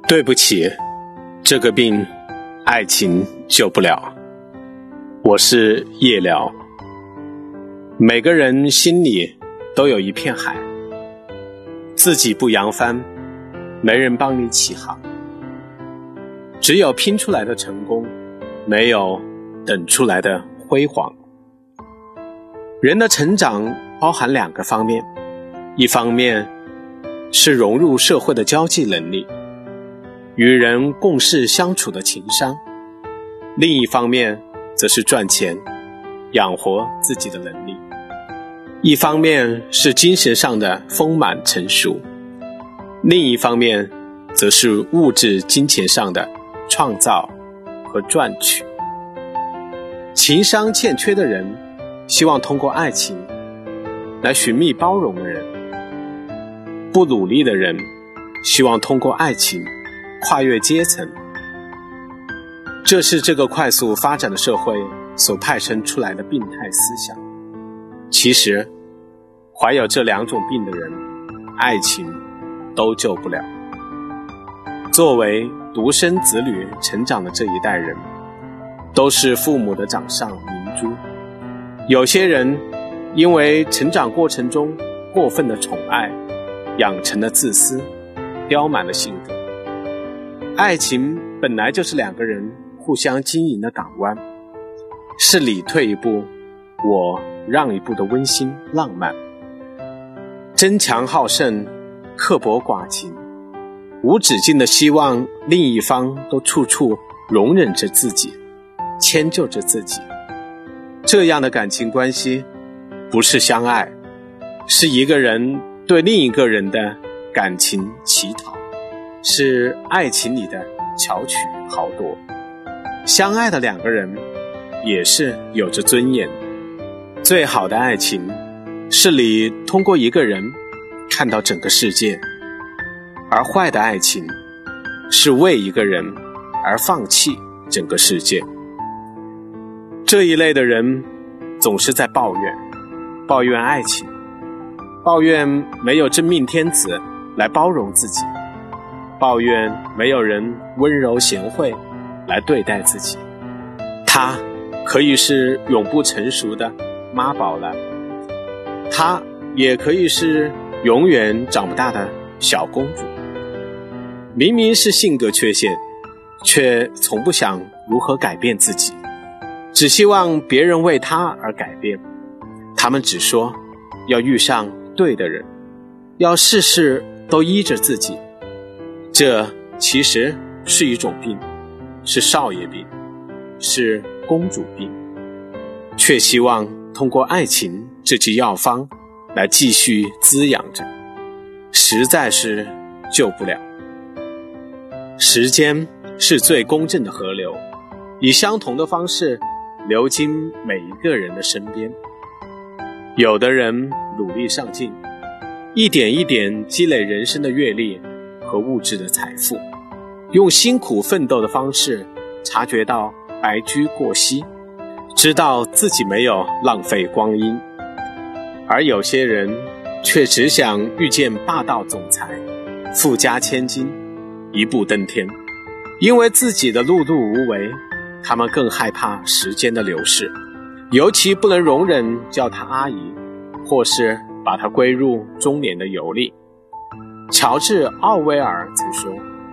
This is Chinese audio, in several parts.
对不起，这个病，爱情救不了。我是夜聊。每个人心里都有一片海，自己不扬帆，没人帮你起航。只有拼出来的成功，没有等出来的辉煌。人的成长包含两个方面，一方面是融入社会的交际能力，与人共事相处的情商，另一方面则是赚钱养活自己的能力。一方面是精神上的丰满成熟，另一方面则是物质金钱上的创造和赚取。情商欠缺的人希望通过爱情来寻觅包容的人，不努力的人希望通过爱情跨越阶层。这是这个快速发展的社会所派生出来的病态思想。其实怀有这两种病的人，爱情都救不了。作为独生子女成长的这一代人，都是父母的掌上明珠。有些人因为成长过程中过分的宠爱，养成了自私刁蛮的性格。爱情本来就是两个人互相经营的港湾，是你退一步我让一步的温馨浪漫。争强好胜，刻薄寡情，无止境的希望另一方都处处容忍着自己，迁就着自己。这样的感情关系不是相爱，是一个人对另一个人的感情乞讨，是爱情里的巧取豪夺。相爱的两个人也是有着尊严。最好的爱情是你通过一个人看到整个世界，而坏的爱情是为一个人而放弃整个世界。这一类的人总是在抱怨爱情，抱怨没有真命天子来包容自己，抱怨没有人温柔贤惠来对待自己。他可以是永不成熟的妈宝男，他也可以是永远长不大的小公主。明明是性格缺陷，却从不想如何改变自己，只希望别人为他而改变。他们只说要遇上对的人，要事事都依着自己。这其实是一种病，是少爷病，是公主病，却希望通过爱情这剂药方来继续滋养着，实在是救不了。时间是最公正的河流，以相同的方式流经每一个人的身边。有的人努力上进，一点一点积累人生的阅历和物质的财富，用辛苦奋斗的方式察觉到白驹过隙，知道自己没有浪费光阴。而有些人却只想遇见霸道总裁，富家千金，一步登天。因为自己的碌碌无为，他们更害怕时间的流逝，尤其不能容忍叫她阿姨，或是把她归入中年的游历。乔治·奥威尔曾说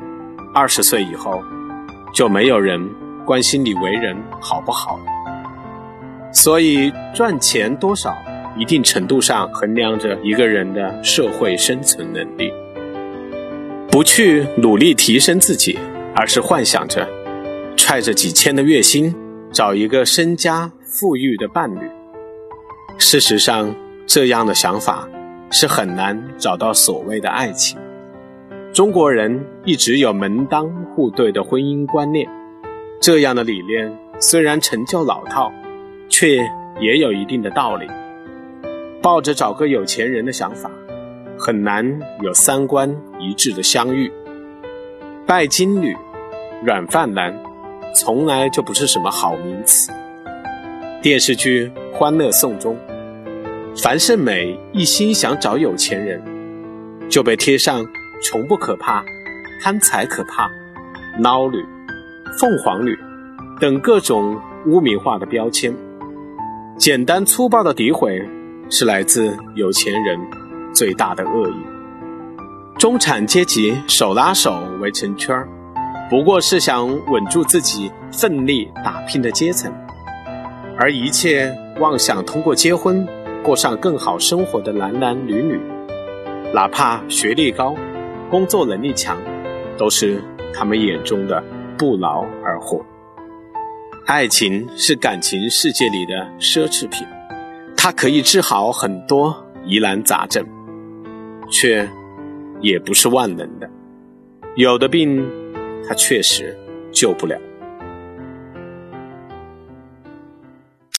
，20岁以后就没有人关心你为人好不好了。所以赚钱多少一定程度上衡量着一个人的社会生存能力。不去努力提升自己，而是幻想着揣着几千的月薪找一个身家富裕的伴侣。事实上，这样的想法是很难找到所谓的爱情。中国人一直有门当户对的婚姻观念，这样的理念虽然陈旧老套，却也有一定的道理。抱着找个有钱人的想法，很难有三观一致的相遇。拜金女、软饭男从来就不是什么好名词。电视剧《欢乐颂》中，樊胜美一心想找有钱人，就被贴上穷不可怕， 贪财可怕、孬女、凤凰女等各种污名化的标签。简单粗暴的诋毁是来自有钱人最大的恶意。中产阶级手拉手围成圈，不过是想稳住自己奋力打拼的阶层，而一切妄想通过结婚过上更好生活的男男女女，哪怕学历高、工作能力强，都是他们眼中的不劳而获。爱情是感情世界里的奢侈品，它可以治好很多疑难杂症，却也不是万能的。有的病它确实救不了。